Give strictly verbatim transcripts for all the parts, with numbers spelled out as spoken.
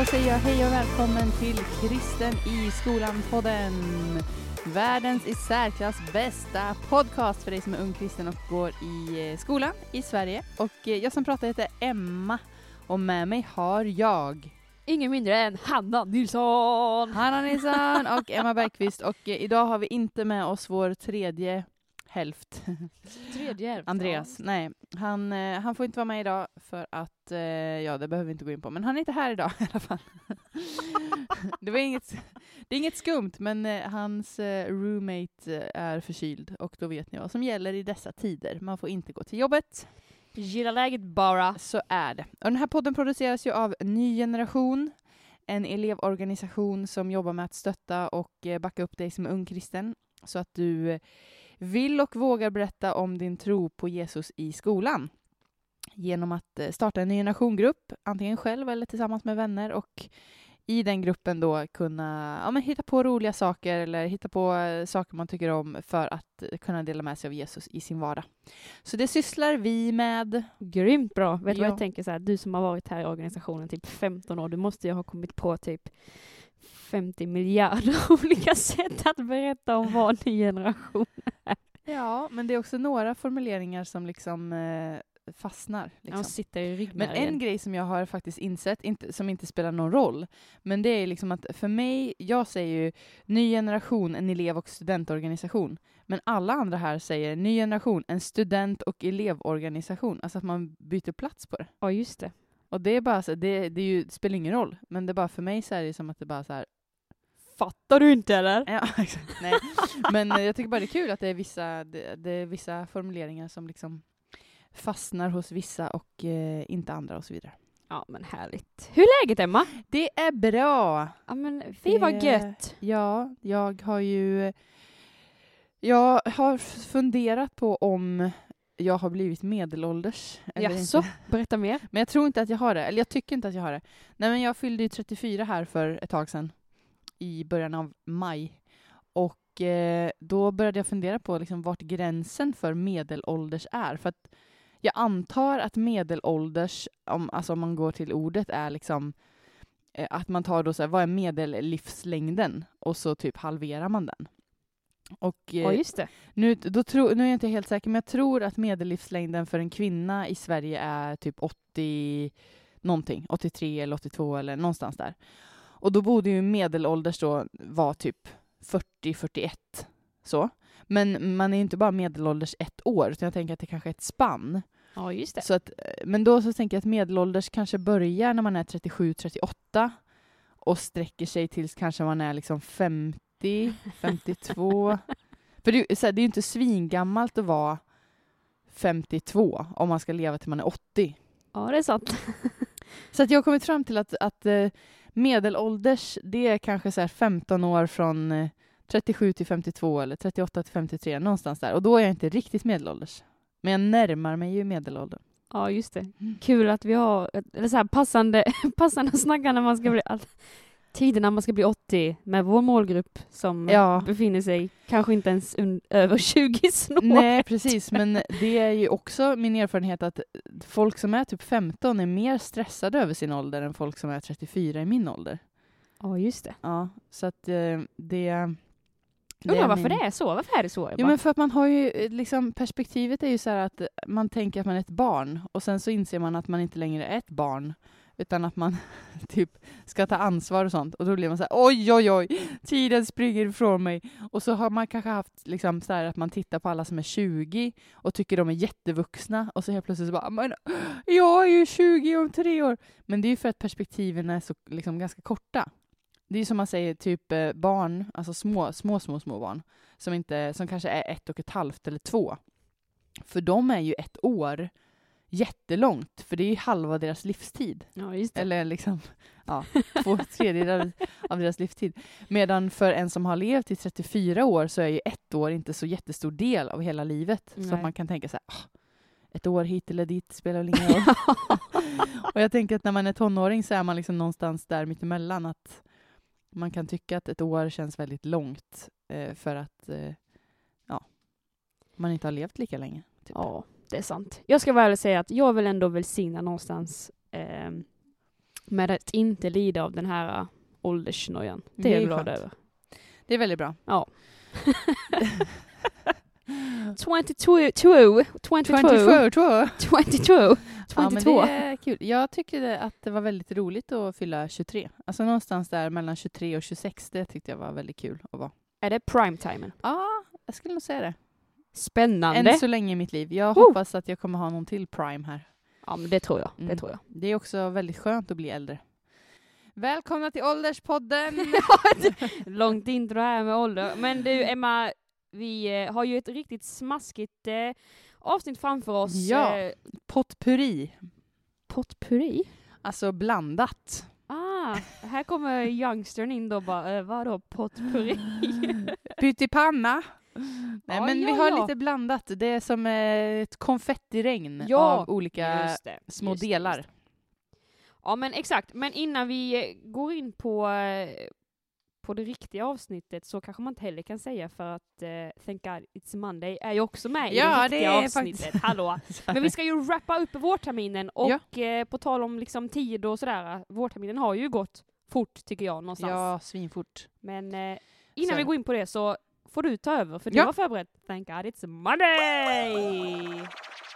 Då säger jag hej och välkommen till Kristen i skolan-podden. Världens i särklass bästa podcast för dig som är ung kristen och går i skolan i Sverige. Och jag som pratar heter Emma och med mig har jag... ingen mindre än Hanna Nilsson. Hanna Nilsson och Emma Bergqvist. Och idag har vi inte med oss vår tredje hälft. Tredje hälft. Andreas, ja. nej. Han, han får inte vara med idag för att, ja det behöver vi inte gå in på. Men han är inte här idag i alla fall. Det var inget, det är inget skumt, men hans roommate är förkyld. Och då vet ni vad som gäller i dessa tider. Man får inte gå till jobbet. Gilla läget bara. Så är det. Och den här podden produceras ju av Ny Generation. En elevorganisation som jobbar med att stötta och backa upp dig som ung kristen. Så att du vill och vågar berätta om din tro på Jesus i skolan. Genom att starta en Ny Generation-grupp. Antingen själv eller tillsammans med vänner. Och i den gruppen då kunna ja, men hitta på roliga saker eller hitta på saker man tycker om för att kunna dela med sig av Jesus i sin vardag. Så det sysslar vi med. Grymt bra. Vet du ja. vad jag tänker så här? Du som har varit här i organisationen typ femton år, du måste ju ha kommit på typ femtio miljarder olika sätt att berätta om vad Ny Generation är. Ja, men det är också några formuleringar som liksom eh, fastnar. Liksom. Ja, sitter i ryggmärgen. Men en grej som jag har faktiskt insett, inte, som inte spelar någon roll, men det är liksom att för mig, jag säger ju Ny Generation, en elev- och studentorganisation. Men alla andra här säger Ny Generation, en student- och elevorganisation. Alltså att man byter plats på det. Ja, just det. Och det är bara så, det, det, är ju, det spelar ingen roll. Men det är bara för mig så är det som att det bara så här. Fattar du inte eller? Ja, exakt. Nej. Men jag tycker bara det är kul att det är vissa, det, det är vissa formuleringar som liksom fastnar hos vissa och eh, inte andra och så vidare. Ja, men härligt. Hur är läget, Emma? Det är bra. Ja, men fy vad gött. Ja, jag har ju jag har funderat på om jag har blivit medelålders. Eller Jaså, inte. berätta mer. Men jag tror inte att jag har det. Eller jag tycker inte att jag har det. Nej, men jag fyllde ju trettiofyra här för ett tag sedan. I början av maj. Och eh, då började jag fundera på liksom, vart gränsen för medelålders är. För att jag antar att medelålders, om, alltså om man går till ordet, är liksom eh, att man tar då så här, vad är medellivslängden? Och så typ halverar man den. Och eh, Ja, just det. nu, då tro, nu är jag inte helt säker, men jag tror att medellivslängden för en kvinna i Sverige är typ åttio någonting, åttiotre eller åttiotvå eller någonstans där. Och då borde ju medelålders då vara typ fyrtio fyrtioett så. Men man är ju inte bara medelålders ett år, utan jag tänker att det kanske är ett spann. Ja, just det. Så att, men då så tänker jag att medelålders kanske börjar när man är trettiosju trettioåtta och sträcker sig tills kanske man är liksom femtio femtiotvå. För det, så här, det är ju inte svingammalt att vara femtiotvå om man ska leva till man är åttio. Ja, det är sant. Så att jag har kommit fram till att, att medelålders, det är kanske så här femton år från trettiosju till femtiotvå eller trettioåtta till femtiotre, någonstans där. Och då är jag inte riktigt medelålders. Men jag närmar mig ju medelåldern. Ja, just det. Kul att vi har eller så här passande, passande snackar när man ska bli... Tiden när man ska bli åttio med vår målgrupp som ja. befinner sig kanske inte ens un- över tjugo snart. Nej, precis. Men det är ju också min erfarenhet att folk som är typ femton är mer stressade över sin ålder än folk som är trettiofyra i min ålder. Ja, just det. Ja, så att eh, det... Undrar varför min... det är så? Varför är det så? Ja, men för att man har ju liksom, perspektivet är ju så här att man tänker att man är ett barn och sen så inser man att man inte längre är ett barn utan att man typ ska ta ansvar och sånt. Och då blir man så här, oj, oj, oj, tiden springer ifrån mig. Och så har man kanske haft liksom så här att man tittar på alla som är tjugo och tycker de är jättevuxna. Och så helt plötsligt så bara, men jag är ju tjugo om tre år. Men det är ju för att perspektiven är så liksom ganska korta. Det är ju som man säger, typ eh, barn, alltså små, små, små, små barn. Som, inte, som kanske är ett och ett halvt eller två. För de är ju ett år jättelångt, för det är ju halva deras livstid. Ja, just det. Eller liksom, ja, två tredjedelar av deras livstid. Medan för en som har levt i trettiofyra år så är ju ett år inte så jättestor del av hela livet. Nej. Så man kan tänka så här, oh, ett år hit eller dit spelar väl ingen roll. Och jag tänker att när man är tonåring så är man liksom någonstans där mittemellan, att man kan tycka att ett år känns väldigt långt eh, för att eh, ja, man inte har levt lika länge. Typ. Ja, det är sant. Jag ska väl säga att jag vill ändå välsigna någonstans eh, Med att inte lida av den här uh, åldersnöjan. Det, Det är är jag glad skönt. över. Det är väldigt bra. Ja. tjugotvå, tjugotvå, tjugotvå, två. tjugotvå, Ja, men tjugotvå. det är kul. Jag tyckte att det var väldigt roligt att fylla tjugotre. Alltså någonstans där mellan tjugotre och tjugosex. Det tyckte jag var väldigt kul att vara. Är det prime-timen? Ja, jag skulle nog säga det. Spännande. Än så länge i mitt liv. Jag Oh. hoppas att jag kommer ha någon till prime här. Ja, men det tror jag. Mm. Det tror jag. Det är också väldigt skönt att bli äldre. Välkomna till Ålderspodden! Långt intro här med ålder. Men du Emma, vi eh, har ju ett riktigt smaskigt eh, avsnitt framför oss. Ja. Eh, Potpurri. potpurri? Alltså blandat. Ah, här kommer youngstern in då bara, eh, vadå potpurri? Pyttipanna. Nej, Ja, men ja, vi har ja. lite blandat. Det är som eh, ett konfettiregn Ja, av olika Just det, små just det, delar. just det. Ja men exakt, men innan vi eh, går in på, eh, på det riktiga avsnittet så kanske man inte heller kan säga för att eh, Thank God It's Monday är ju också med Ja, i det det riktiga är avsnittet. faktiskt- Hallå! Men vi ska ju wrappa upp vårterminen och Ja. eh, på tal om liksom tid och sådär, vårterminen har ju gått fort tycker jag någonstans. Ja, svinfort. Men eh, innan Så. vi går in på det så får du ta över för du Ja. har förberett Thank God It's Monday!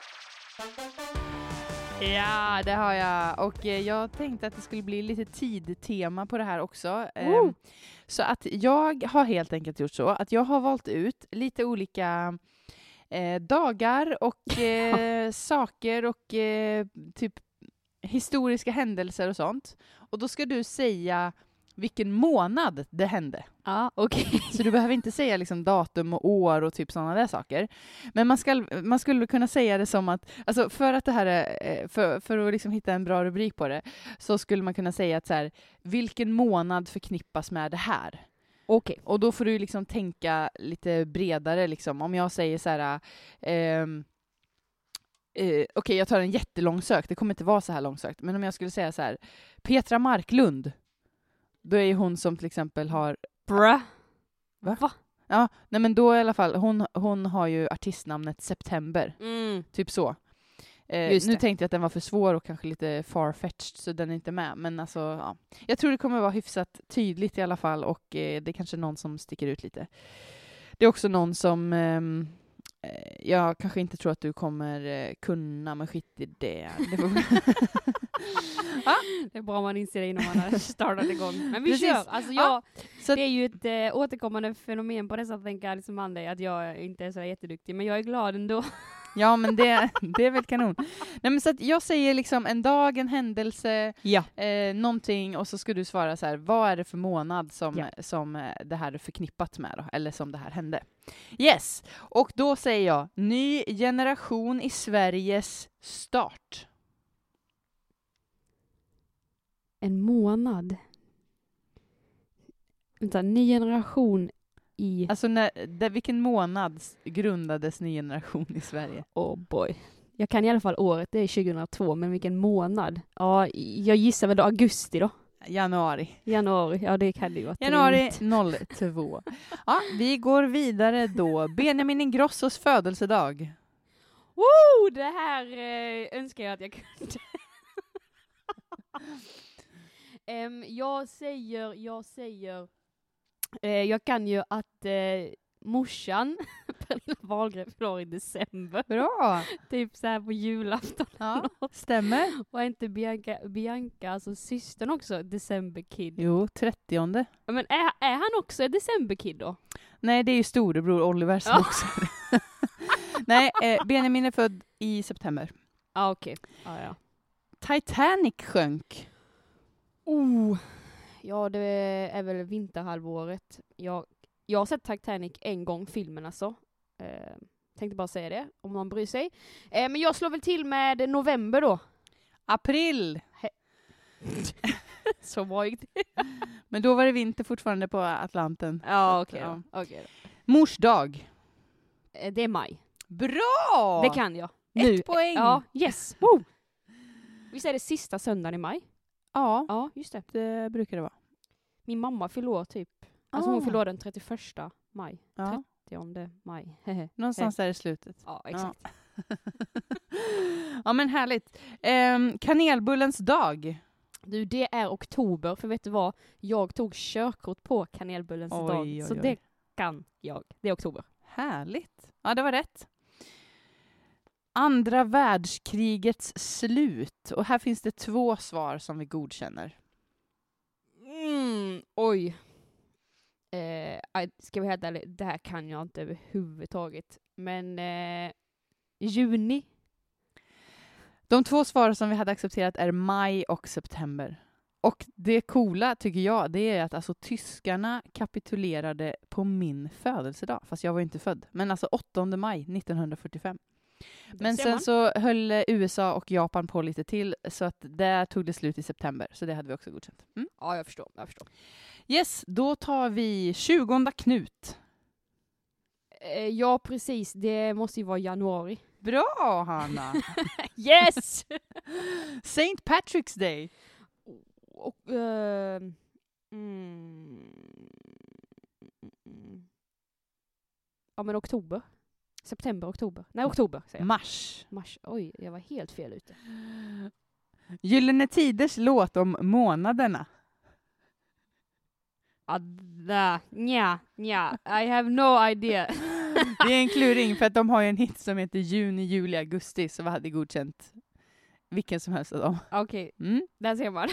Ja, det har jag. Och eh, jag tänkte att det skulle bli lite tidtema på det här också. Oh. Ehm, så att jag har helt enkelt gjort så att jag har valt ut lite olika eh, dagar och eh, saker och eh, typ historiska händelser och sånt. Och då ska du säga vilken månad det hände. Ja, okej. Så du behöver inte säga liksom datum och år och typ sådana där saker. Men man, ska, man skulle kunna säga det som att, alltså för att det här är, för, för att liksom hitta en bra rubrik på det, så skulle man kunna säga att så här, vilken månad förknippas med det här? Okej. Och då får du liksom tänka lite bredare liksom. Om jag säger så här, ehm, eh, okej okay, jag tar en jättelång sök, det kommer inte vara så här långsökt, men om jag skulle säga så här, Petra Marklund, då är ju hon som till exempel har Bra. Va? Va? Ja, nej men då i alla fall, hon, hon har ju artistnamnet September, Mm. typ så. Eh, Just nu det. tänkte jag att den var för svår och kanske lite far-fetched, så den är inte med. Men alltså, ja. Jag tror det kommer vara hyfsat tydligt i alla fall, och eh, det är kanske någon som sticker ut lite. Det är också någon som ehm, eh, jag kanske inte tror att du kommer eh, kunna, men skit i det. det får... Det är bra om man inser det innan man har startat igång. Men vi Precis. kör! Alltså jag, Ja, så att- det är ju ett äh, återkommande fenomen på dessa Thank God It's Monday att jag inte är så jätteduktig, men jag är glad ändå. Ja, men det, det är väl kanon. Nej, men så att jag säger liksom en dag, en händelse, Ja. eh, någonting, och så ska du svara så här, vad är det för månad som, Ja. som eh, det här är förknippat med då, eller som det här hände. Yes, och då säger jag, ny generation i Sveriges start. En månad. Vänta, ny generation i... Alltså när, där, vilken månad grundades ny generation i Sverige? Oh boy. Jag kan i alla fall året, det är tjugohundratvå, men vilken månad? Ja, jag gissar väl då augusti då. Januari. Januari, ja det kan det ju vara. Januari noll två. Ja, vi går vidare då. Benjamin Ingrossos födelsedag. Woo! Det här eh, önskar jag att jag kunde. um, jag säger, jag säger, eh, jag kan ju att eh, morsan, Pernilla Wahlgren, fyller i december. Bra! Typ så här på julafton. Ja, stämmer. Och är inte Bianca, Bianca, alltså systern också, decemberkid? Jo, trettionde. Men är, är han också ett decemberkid då? Nej, det är ju storebror Oliver som Ja. också är det. Nej, eh, Benjamin är född i september. Ah, okej. Okay. Ah, ja. Titanic sjönk. Oh. Ja, det är väl vinterhalvåret. Jag, jag har sett Titanic en gång, filmen alltså. Eh, tänkte bara säga det, om någon bryr sig. Eh, men jag slår väl till med november då. April. Så bra gick det. Men då var det vinter fortfarande på Atlanten. Ja, okej Ja. då. Okay då. Mors dag. Eh, det är maj. Bra! Det kan jag. Ett poäng. Ja, yes. Woo. Visst är det sista söndagen i maj? Ja, Ja, just det. det brukar det vara. Min mamma fyller år typ. Alltså hon Ah. fyller år den trettioförsta maj. Ja. trettionde maj. Någonstans där i slutet. Ja, exakt. Ja, men härligt. Um, kanelbullens dag. Du, det är oktober, för vet du vad? Jag tog körkort på kanelbullens Oj, dag, oj, så oj. det kan jag. Det är oktober. Härligt. Ja, det var rätt. Andra världskrigets slut. Och här finns det två svar som vi godkänner. Mm, oj. Eh, aj, ska vi helt ärlig, det här kan jag inte överhuvudtaget. Men eh, juni. De två svar som vi hade accepterat är maj och september. Och det coola tycker jag, det är att alltså tyskarna kapitulerade på min födelsedag. Fast jag var inte född. Men alltså åttonde maj nittonhundrafyrtiofem. Men sen så höll U S A och Japan på lite till, så att där tog det slut i september. Så det hade vi också godkänt. Mm. Ja, jag förstår. Jag förstår. Yes, då tar vi tjugonde Knut. Eh, ja, precis. Det måste ju vara januari. Bra, Hanna! Yes! Saint Patrick's Day. Och, eh, mm, mm. Ja, men oktober. September, oktober. Nej, oktober säger jag. Mars. Mars. Oj, jag var helt fel ute. Gyllene Tiders låt om månaderna. Adda. Nja, nja. I have no idea. Det är en kluring för att de har ju en hit som heter juni, juli, augusti, så vi hade godkänt vilken som helst av dem. Okej, Mm. där ser man.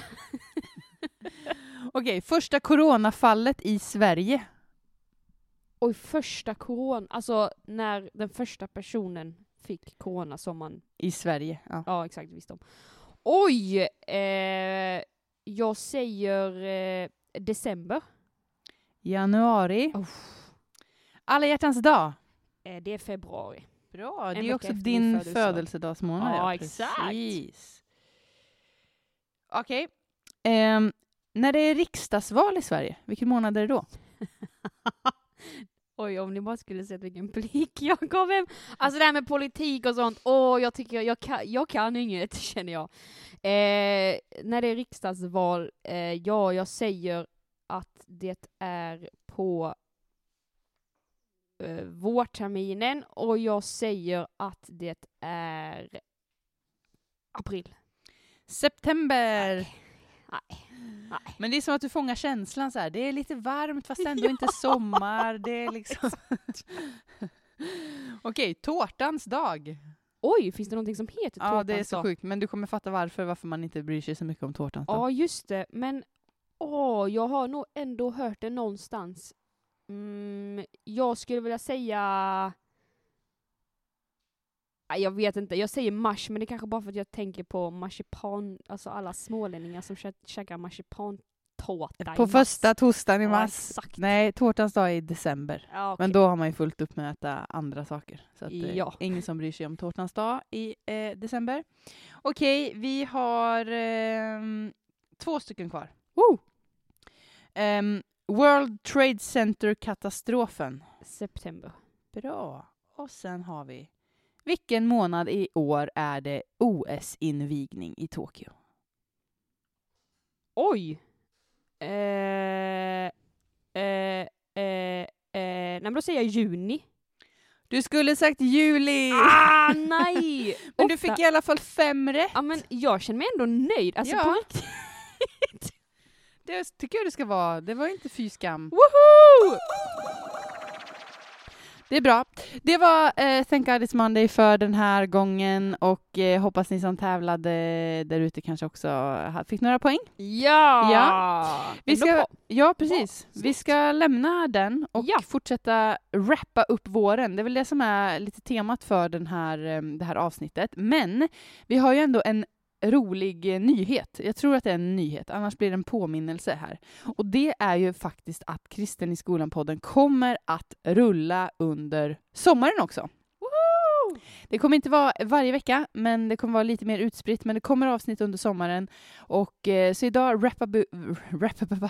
Okej, första coronafallet i Sverige. Oj, första corona. Alltså när den första personen fick corona som man... I Sverige, ja. Ja, exakt, visst om. Oj! Eh, jag säger eh, december. Januari. Oh. Alla hjärtans dag. Eh, det är februari. Bra, En det är vecka också efter din min födelsedag. födelsedagsmånad. Ja, exakt. Precis. Okej. Ehm, när det är riksdagsval i Sverige, vilken månad är det då? Oj, om ni bara skulle sett vilken blick jag gav hem. Alltså det här med politik och sånt. Åh, jag tycker jag kan, jag kan inget, känner jag. Eh, när det är riksdagsval, eh, ja, jag säger att det är på eh, vårterminen, och jag säger att det är april. September. Nej. Nej. Men det är som att du fångar känslan så här. Det är lite varmt fast ändå inte sommar. Det är liksom... Okej, tårtans dag. Oj, finns det någonting som heter tårtans dag? Ja, det är så sjukt. Men du kommer fatta varför, varför man inte bryr sig så mycket om tårtans dag. Ja, just det. Men åh, jag har nog ändå hört det någonstans. Mm, jag skulle vilja säga... Nej, jag vet inte. Jag säger mars, men det är kanske bara för att jag tänker på marsipan, alltså alla smålänningar som kä- käkar marsipantårta På i första torsdagen i Ja, mars. exakt. Nej, tårtans dag är i december. Ja, okej. Men då har man ju fullt upp med att äta andra saker. Så att det är Ja. ingen som bryr sig om tårtans dag i eh, december. Okej, vi har ehm, två stycken kvar. Woo! Ehm, World Trade Center-katastrofen. September. Bra. Och sen har vi... Vilken månad i år är det O S-invigning i Tokyo? Oj! Eh, eh, eh, eh, nej, men då säger jag juni. Du skulle sagt juli! Ah, nej! Men du Åtta. fick i alla fall fem rätt. Ja, men jag känner mig ändå nöjd. Alltså Ja. på riktigt. Det tycker jag du ska vara. Det var inte fy skam. Woho! Det är bra. Det var eh, Thank God It's Monday för den här gången, och eh, hoppas ni som tävlade där ute kanske också ha- fick några poäng. Ja! Ja. Vi Ändå ska, bra. ja, precis. Bra. Vi ska lämna den och Ja. fortsätta rappa upp våren. Det är väl det som är lite temat för den här, eh, det här avsnittet. Men vi har ju ändå en rolig eh, nyhet. Jag tror att det är en nyhet, annars blir det en påminnelse här. Och det är ju faktiskt att Kristen i skolan-podden kommer att rulla under sommaren också. Woho! Det kommer inte vara varje vecka, men det kommer vara lite mer utspritt. Men det kommer avsnitt under sommaren. Och eh, så idag rappar vi... Rappar,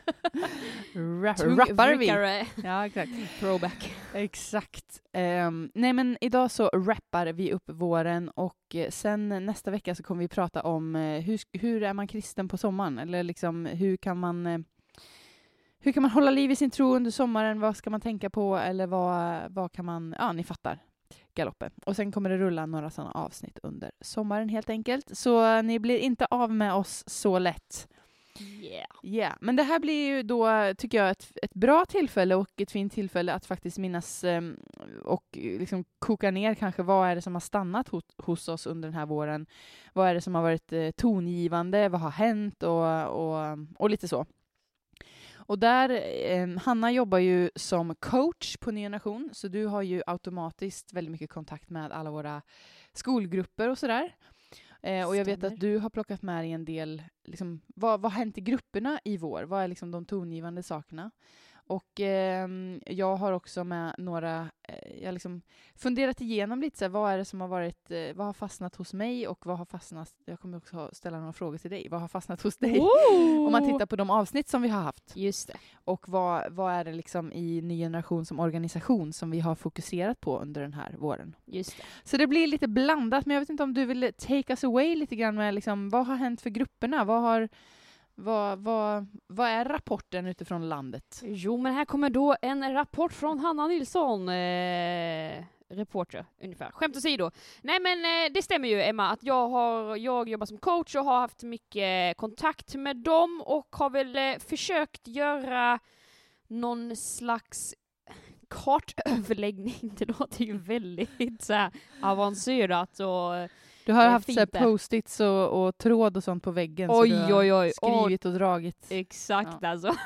rappar vi. Tungvrickare. Ja, exakt. Throwback. Exakt. Um, nej, men idag så rappar vi upp våren, och eh, sen nästa vecka så kommer vi prata om eh, hur, hur är man kristen på sommaren? Eller liksom hur kan man... Eh, hur kan man hålla liv i sin tro under sommaren? Vad ska man tänka på? Eller vad, vad kan man... Ja, ni fattar. galoppen. Och sen kommer det rulla några sådana avsnitt under sommaren helt enkelt. Så ni blir inte av med oss så lätt. Yeah. Yeah. Men det här blir ju då, tycker jag, ett, ett bra tillfälle och ett fint tillfälle att faktiskt minnas eh, och liksom koka ner kanske vad är det som har stannat hos, hos oss under den här våren. Vad är det som har varit eh, tongivande, vad har hänt och, och, och lite så. Och där, eh, Hanna jobbar ju som coach på Ny Generation, så du har ju automatiskt väldigt mycket kontakt med alla våra skolgrupper och sådär. Eh, och jag vet att du har plockat med dig en del, liksom, vad, vad har hänt i grupperna i vår? Vad är liksom de tongivande sakerna? Och eh, jag har också med några, eh, jag har liksom funderat igenom lite så här, vad är det som har varit, eh, vad har fastnat hos mig och vad har fastnat, jag kommer också ställa några frågor till dig, vad har fastnat hos dig? Oh! Om man tittar på de avsnitt som vi har haft. Just det. Och vad, vad är det liksom i Ny Generation som organisation som vi har fokuserat på under den här våren. Just det. Så det blir lite blandat, men jag vet inte om du vill take us away lite grann med liksom, vad har hänt för grupperna? Vad har Vad, vad, vad är rapporten utifrån landet? Jo, men här kommer då en rapport från Hanna Nilsson, eh, reporter ungefär. Skämt åsido. Nej, men eh, det stämmer ju, Emma, att jag har jag jobbar som coach och har haft mycket kontakt med dem och har väl eh, försökt göra någon slags kartöverläggning. Det låter ju väldigt så här avancerat och du har eh, haft så här där. post-its och, och tråd och sånt på väggen. Oj, så du har oj, oj. skrivit och dragit. Exakt, ja. alltså.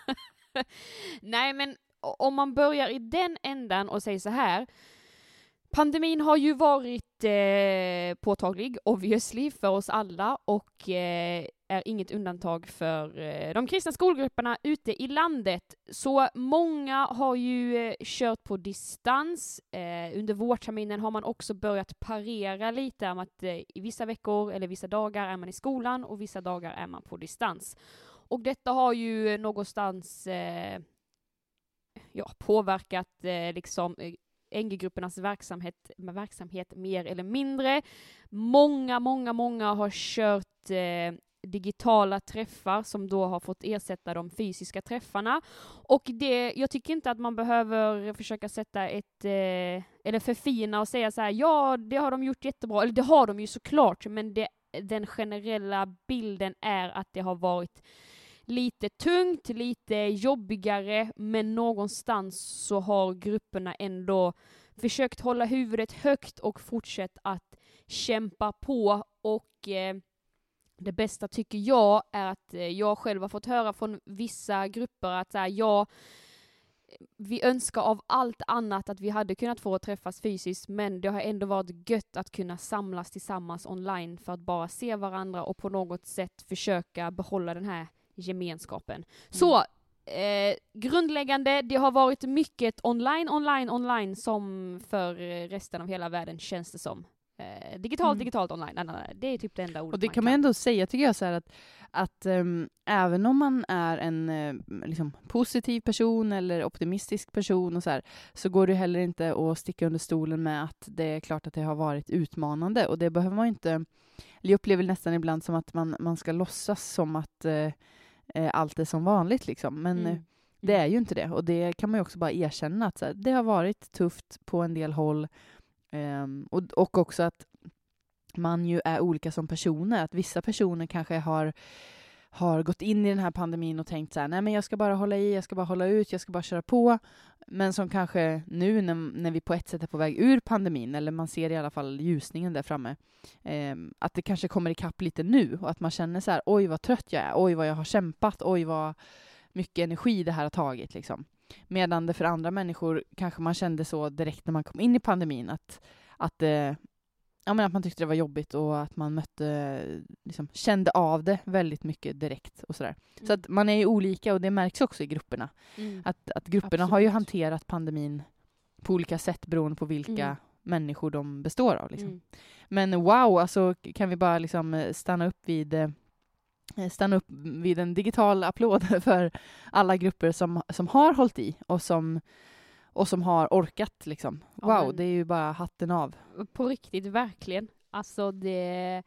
Nej, men om man börjar i den ändan och säger så här. Pandemin har ju varit eh, påtaglig, obviously, för oss alla och eh, är inget undantag för eh, de kristna skolgrupperna ute i landet. Så många har ju eh, kört på distans. Eh, under vårterminen har man också börjat parera lite om att eh, i vissa veckor eller vissa dagar är man i skolan och vissa dagar är man på distans. Och detta har ju någonstans eh, ja, påverkat eh, liksom N G-gruppernas verksamhet, med verksamhet mer eller mindre. Många, många, många har kört eh, digitala träffar som då har fått ersätta de fysiska träffarna. Och det, jag tycker inte att man behöver försöka sätta ett, eh, eller förfina och säga så här, ja, det har de gjort jättebra, eller det har de ju såklart, men det, den generella bilden är att det har varit lite tungt, lite jobbigare, men någonstans så har grupperna ändå försökt hålla huvudet högt och fortsätt att kämpa på. Och eh, det bästa tycker jag är att eh, jag själv har fått höra från vissa grupper att så här, ja, vi önskar av allt annat att vi hade kunnat få träffas fysiskt, men det har ändå varit gött att kunna samlas tillsammans online för att bara se varandra och på något sätt försöka behålla den här gemenskapen. Mm. Så eh, grundläggande, det har varit mycket online, online, online som för resten av hela världen känns det som. Eh, digitalt, mm. digitalt, online. Nej, nej, nej. Det är typ det enda ordet. Och det man kan man ändå säga, tycker jag, så här att, att um, även om man är en uh, liksom, positiv person eller optimistisk person och så här, så går det heller inte att sticka under stolen med att det är klart att det har varit utmanande. Och det behöver man inte, jag upplever nästan ibland som att man, man ska låtsas som att uh, allt är som vanligt liksom. Men mm. det är ju inte det. Och det kan man ju också bara erkänna att så här, det har varit tufft på en del håll. Um, och, och också att man ju är olika som personer. Att vissa personer kanske har, har gått in i den här pandemin och tänkt så här, nej men jag ska bara hålla i, jag ska bara hålla ut, jag ska bara köra på. Men som kanske nu när, när vi på ett sätt är på väg ur pandemin, eller man ser i alla fall ljusningen där framme, eh, att det kanske kommer ikapp lite nu och att man känner så här, oj vad trött jag är, oj vad jag har kämpat, oj vad mycket energi det här har tagit liksom. Medan det för andra människor kanske man kände så direkt när man kom in i pandemin att, att, eh, ja, men att man tyckte det var jobbigt och att man mötte, liksom, kände av det väldigt mycket direkt och sådär. Mm. Så att man är ju olika och det märks också i grupperna. Mm. Att, att grupperna Absolut. Har ju hanterat pandemin på olika sätt beroende på vilka mm. människor de består av. Liksom. Mm. Men wow, alltså kan vi bara liksom stanna upp vid stanna upp vid en digital applåd för alla grupper som, som har hållit i och som och som har orkat liksom. Wow, ja, det är ju bara hatten av. På riktigt, verkligen. Alltså det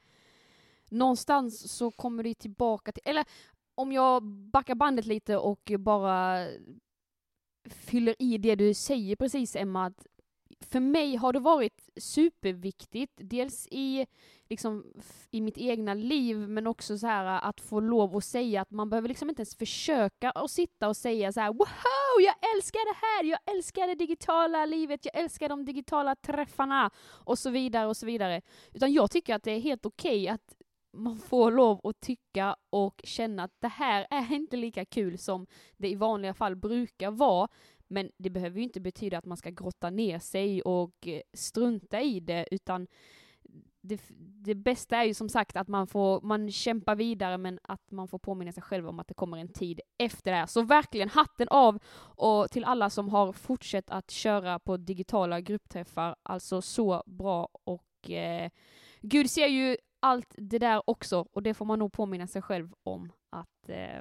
någonstans så kommer det tillbaka till, eller om jag backar bandet lite och bara fyller i det du säger precis, Emma, att för mig har det varit superviktigt, dels i, liksom, i mitt egna liv, men också så här att få lov att säga att man behöver liksom inte ens försöka att sitta och säga så här: wow, jag älskar det här, jag älskar det digitala livet, jag älskar de digitala träffarna och så vidare och så vidare. Utan jag tycker att det är helt okej okay att man får lov att tycka och känna att det här är inte lika kul som det i vanliga fall brukar vara. Men det behöver ju inte betyda att man ska grotta ner sig och strunta i det, utan det, det bästa är ju som sagt att man får man kämpar vidare, men att man får påminna sig själv om att det kommer en tid efter det här. Så verkligen hatten av och till alla som har fortsatt att köra på digitala gruppträffar, alltså så bra, och eh, Gud ser ju allt det där också, och det får man nog påminna sig själv om att, eh,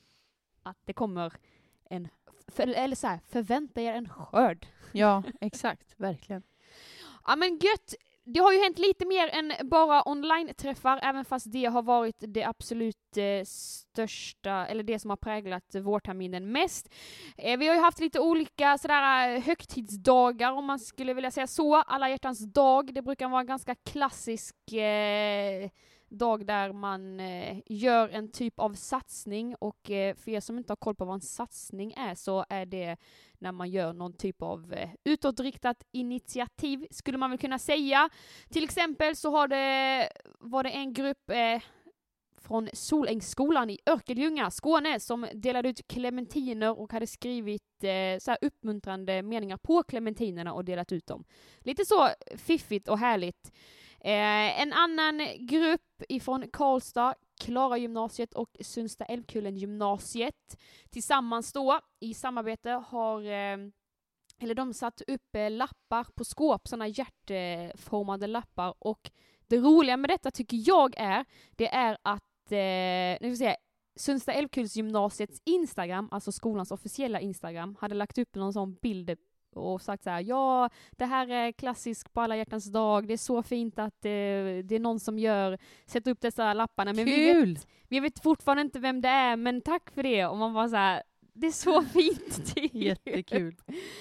att det kommer en, för, eller så här, förvänta er en skörd. Ja, exakt, verkligen. Ja men gött, det har ju hänt lite mer än bara online-träffar, även fast det har varit det absolut eh, största, eller det som har präglat vårterminen mest. Eh, vi har ju haft lite olika sådär högtidsdagar, om man skulle vilja säga så. Alla hjärtans dag, det brukar vara en ganska klassisk eh, dag där man eh, gör en typ av satsning, och eh, för er som inte har koll på vad en satsning är, så är det när man gör någon typ av eh, utåtriktat initiativ, skulle man väl kunna säga. Till exempel så har det, var det en grupp eh, från Solängsskolan i Örkelljunga, Skåne, som delade ut clementiner och hade skrivit eh, så här uppmuntrande meningar på clementinerna och delat ut dem. Lite så fiffigt och härligt. Eh, en annan grupp ifrån Karlstad, Klara gymnasiet och Sundsta Älvkullen gymnasiet, tillsammans då i samarbete har eh, eller de satt upp eh, lappar på skåp, sådana hjärtformade lappar, och det roliga med detta tycker jag är det är att eh, nu vill säga Sundsta Älvkullens gymnasiets Instagram, alltså skolans officiella Instagram, hade lagt upp någon sån bild och sagt så här: ja, det här är klassiskt på alla hjärtans dag, det är så fint att det, det är någon som gör, sätter upp dessa lapparna, men vi vet, vi vet fortfarande inte vem det är, men tack för det. Och man var så här: det är så fint. Jättekul.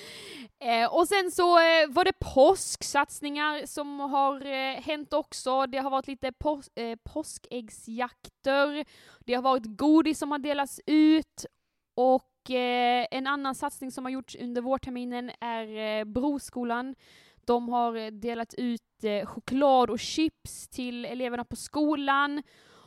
Eh, och sen så eh, var det påsksatsningar som har eh, hänt också. Det har varit lite pås eh, påskäggsjakter, det har varit godis som har delats ut, och Eh, en annan satsning som har gjorts under vårterminen är eh, Broskolan. De har delat ut eh, choklad och chips till eleverna på skolan.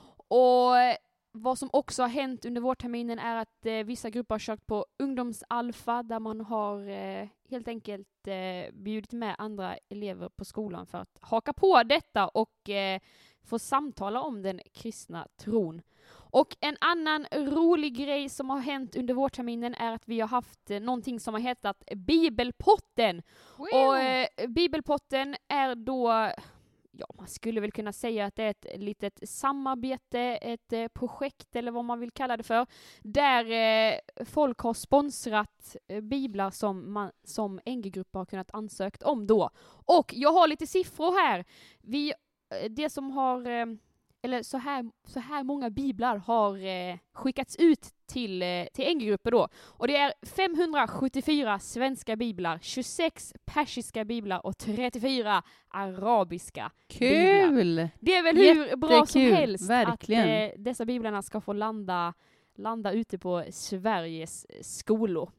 Och eh, vad som också har hänt under vårterminen är att eh, vissa grupper har kört på ungdomsalfa, där man har eh, helt enkelt eh, bjudit med andra elever på skolan för att haka på detta och eh, få samtala om den kristna tron. Och en annan rolig grej som har hänt under vårterminen är att vi har haft eh, någonting som har hetat Bibelpotten. Wow. Och eh, Bibelpotten är då, ja, man skulle väl kunna säga att det är ett litet samarbete, ett eh, projekt eller vad man vill kalla det för, där eh, folk har sponsrat eh, biblar som, man, som N G-grupper har kunnat ansökt om då. Och jag har lite siffror här. Vi, eh, det som har... Eh, eller så här, så här många biblar har eh, skickats ut till, eh, till N G-grupper då. Och det är femhundrasjuttiofyra svenska biblar, tjugosex persiska biblar och trettiofyra arabiska Kul! biblar. Det är väl hur bra som helst verkligen. att eh, dessa biblarna ska få landa, landa ute på Sveriges skolor.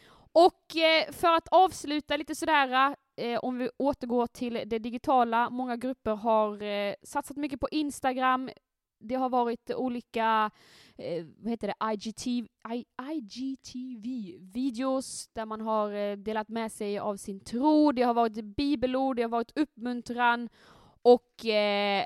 Och eh, för att avsluta lite sådär, eh, om vi återgår till det digitala, många grupper har eh, satsat mycket på Instagram. Det har varit olika eh, vad heter det, I G T V, I, I G T V-videos där man har eh, delat med sig av sin tro. Det har varit bibelord, det har varit uppmuntran och eh,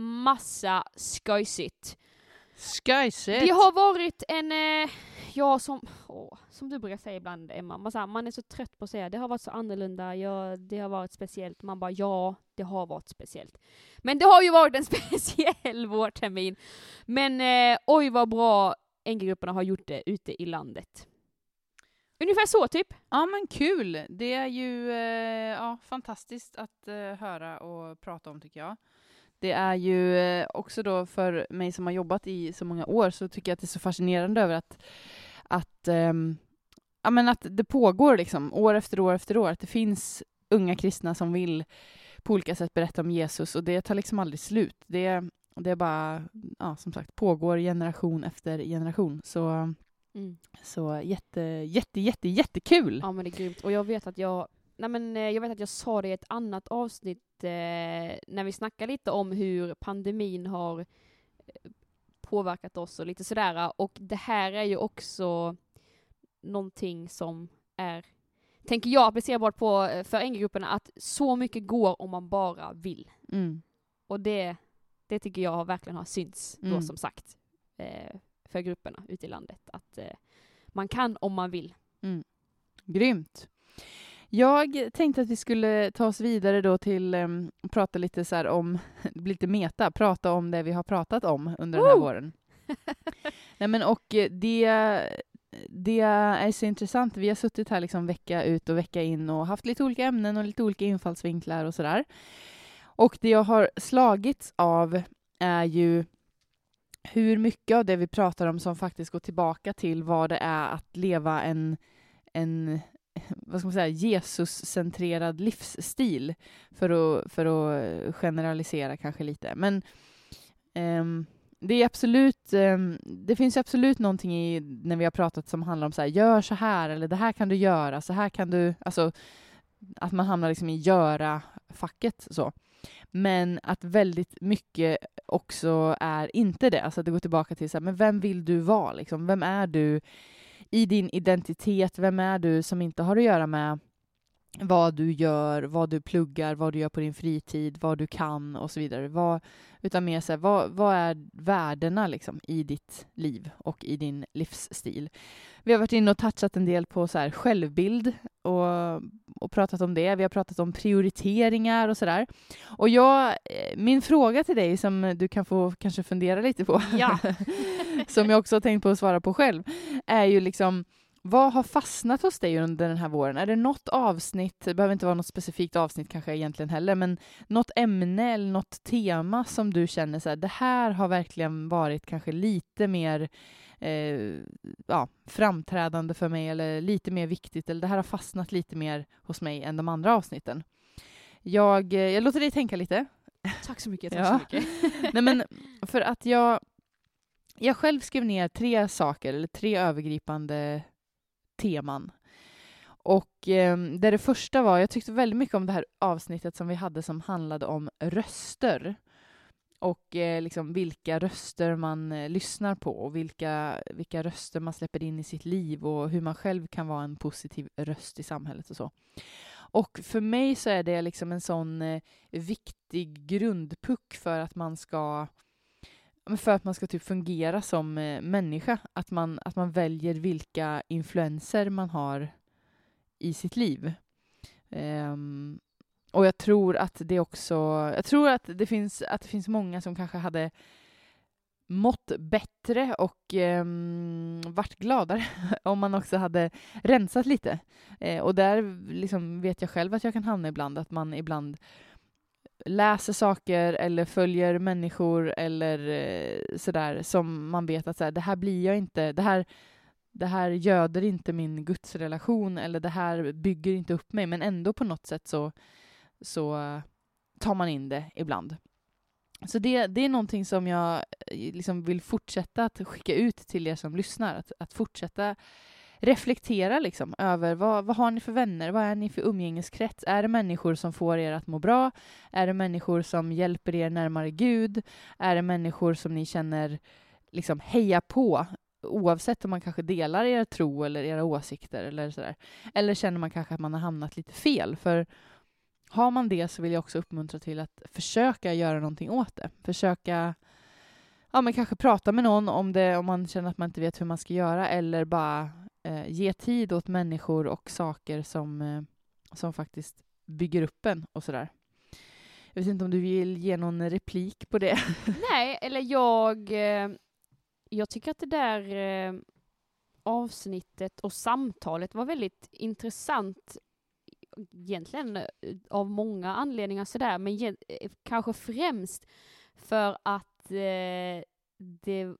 massa skojsigt. Skojsigt! Det har varit en... Eh, ja, som, åh, som du brukar säga ibland, Emma. Man, så här, man är så trött på att säga det har varit så annorlunda, ja, det har varit speciellt. Man bara, ja, det har varit speciellt. Men det har ju varit en speciell vårtermin. Men eh, oj vad bra N G-grupperna har gjort det ute i landet. Ungefär så, typ. Ja, men kul. Det är ju eh, ja, fantastiskt att eh, höra och prata om, tycker jag. Det är ju eh, också då för mig som har jobbat i så många år, så tycker jag att det är så fascinerande över att att, eh, ja, men att det pågår liksom år efter år efter år. Att det finns unga kristna som vill på olika sätt berätta om Jesus, och det tar liksom aldrig slut. Det, det är bara, ja, som sagt, pågår generation efter generation. Så, mm. så jätte, jätte, jätte, jättekul! Ja, men det är grymt. Och jag vet att jag, nej men, jag vet att jag sa det i ett annat avsnitt eh, när vi snackade lite om hur pandemin har påverkat oss och lite sådär. Och det här är ju också någonting som är, tänker jag, applicerbart på för Ängelgrupperna, att så mycket går om man bara vill. Mm. Och det, det tycker jag har verkligen har synts då, mm. som sagt, eh, för grupperna ute i landet. Att eh, man kan om man vill. Mm. Grymt. Jag tänkte att vi skulle ta oss vidare då till um, prata lite så här om, lite meta, prata om det vi har pratat om under den här oh! våren. Nej, men och det, det är så intressant. Vi har suttit här liksom vecka ut och vecka in och haft lite olika ämnen och lite olika infallsvinklar och sådär. Och det jag har slagits av är ju hur mycket av det vi pratar om som faktiskt går tillbaka till vad det är att leva en, en vad ska man säga, Jesus-centrerad livsstil, för att, för att generalisera kanske lite. Men um, det är absolut, um, det finns absolut någonting i när vi har pratat som handlar om så här, gör så här, eller det här kan du göra, så här kan du, alltså att man hamnar liksom i göra-facket så. Men att väldigt mycket också är inte det. Alltså att det går tillbaka till så här, men vem vill du vara liksom? Vem är du i din identitet? Vem är du som inte har att göra med vad du gör, vad du pluggar, vad du gör på din fritid, vad du kan och så vidare. Vad, utan mer så här, vad, vad är värdena liksom i ditt liv och i din livsstil? Vi har varit inne och touchat en del på så här självbild och, och pratat om det. Vi har pratat om prioriteringar och sådär. Och jag, min fråga till dig som du kan få kanske fundera lite på, ja. som jag också har tänkt på att svara på själv, är ju liksom, vad har fastnat hos dig under den här våren? Är det något avsnitt, det behöver inte vara något specifikt avsnitt kanske egentligen heller, men något ämne eller något tema som du känner så här, det här har verkligen varit kanske lite mer eh, ja, framträdande för mig, eller lite mer viktigt, eller det här har fastnat lite mer hos mig än de andra avsnitten. Jag, jag låter dig tänka lite. Tack så mycket, tack ja. så mycket. Nej, men för att jag, jag själv skrev ner tre saker, eller tre övergripande teman. Och eh, där det första var, jag tyckte väldigt mycket om det här avsnittet som vi hade som handlade om röster. Och eh, liksom vilka röster man eh, lyssnar på och vilka, vilka röster man släpper in i sitt liv och hur man själv kan vara en positiv röst i samhället och så. Och för mig så är det liksom en sån eh, viktig grundpuck för att man ska för att man ska typ fungera som eh, människa, att man, att man väljer vilka influenser man har i sitt liv. Um, och jag tror att det också, jag tror att det finns, att det finns många som kanske hade mått bättre och um, varit gladare om man också hade rensat lite. Uh, och där liksom vet jag själv att jag kan hamna ibland, att man ibland läser saker eller följer människor eller eh, sådär som man vet att så här, det här blir jag inte, det här, det här göder inte min gudsrelation, eller det här bygger inte upp mig, men ändå på något sätt så, så tar man in det ibland. Så det, det är någonting som jag liksom vill fortsätta att skicka ut till er som lyssnar, att, att fortsätta reflektera liksom över vad, vad har ni för vänner, vad är ni för umgängeskrets? Är det människor som får er att må bra? Är det människor som hjälper er närmare Gud? Är det människor som ni känner liksom heja på, oavsett om man kanske delar er tro eller era åsikter eller sådär? Eller känner man kanske att man har hamnat lite fel? För har man det så vill jag också uppmuntra till att försöka göra någonting åt det. Försöka, ja men kanske prata med någon om det, om man känner att man inte vet hur man ska göra, eller bara Eh, ge tid åt människor och saker som, eh, som faktiskt bygger upp en och sådär. Jag vet inte om du vill ge någon replik på det? Nej, eller jag eh, jag tycker att det där eh, avsnittet och samtalet var väldigt intressant egentligen av många anledningar sådär, men ge, kanske främst för att eh, det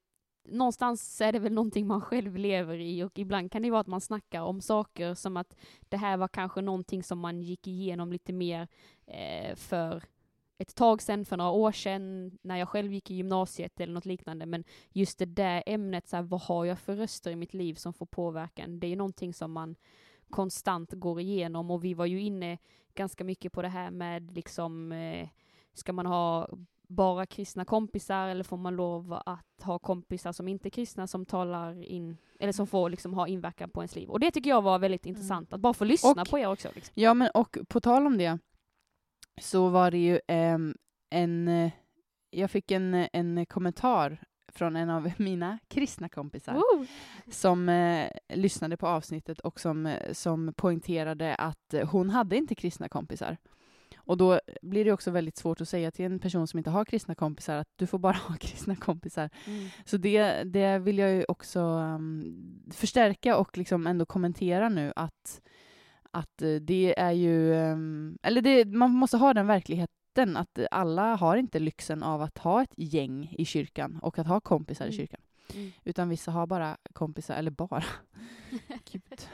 någonstans är det väl någonting man själv lever i, och ibland kan det vara att man snackar om saker som att det här var kanske någonting som man gick igenom lite mer eh, för ett tag sedan, för några år sedan, när jag själv gick i gymnasiet eller något liknande. Men just det där ämnet, så här, vad har jag för röster i mitt liv som får påverkan? Det är ju någonting som man konstant går igenom, och vi var ju inne ganska mycket på det här med liksom, eh, ska man ha bara kristna kompisar, eller får man lov att ha kompisar som inte är kristna som talar in, eller som får liksom ha inverkan på ens liv. Och det tycker jag var väldigt intressant, att bara få lyssna och, på er också. Liksom. Ja, men och på tal om det så var det ju eh, en, jag fick en, en kommentar från en av mina kristna kompisar Woo! som eh, lyssnade på avsnittet och som, som poängterade att hon hade inte kristna kompisar. Och då blir det också väldigt svårt att säga till en person som inte har kristna kompisar att du får bara ha kristna kompisar. Mm. Så det, det vill jag ju också um, förstärka och liksom ändå kommentera nu att, att det är ju, um, eller det, man måste ha den verkligheten att alla har inte lyxen av att ha ett gäng i kyrkan och att ha kompisar mm. i kyrkan. Mm. Utan vissa har bara kompisar, eller bara. Gud.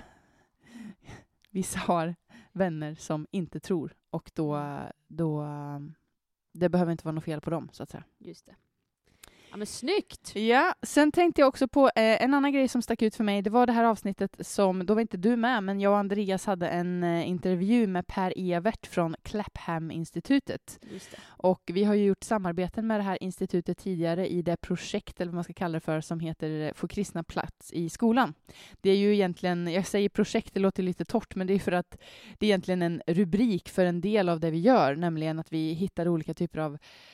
Vissa har vänner som inte tror, och då, då det behöver inte vara något fel på dem, så att säga. Just det. Ja, men snyggt! Ja, sen tänkte jag också på eh, en annan grej som stack ut för mig. Det var det här avsnittet som, då var inte du med, men jag och Andreas hade en eh, intervju med Per Evert från Clapham-institutet. Just det. Och vi har ju gjort samarbeten med det här institutet tidigare i det projekt, eller vad man ska kalla det för, som heter Få kristna plats i skolan. Det är ju egentligen, jag säger projekt, det låter lite torrt, men det är för att det är egentligen en rubrik för en del av det vi gör, nämligen att vi hittar olika typer av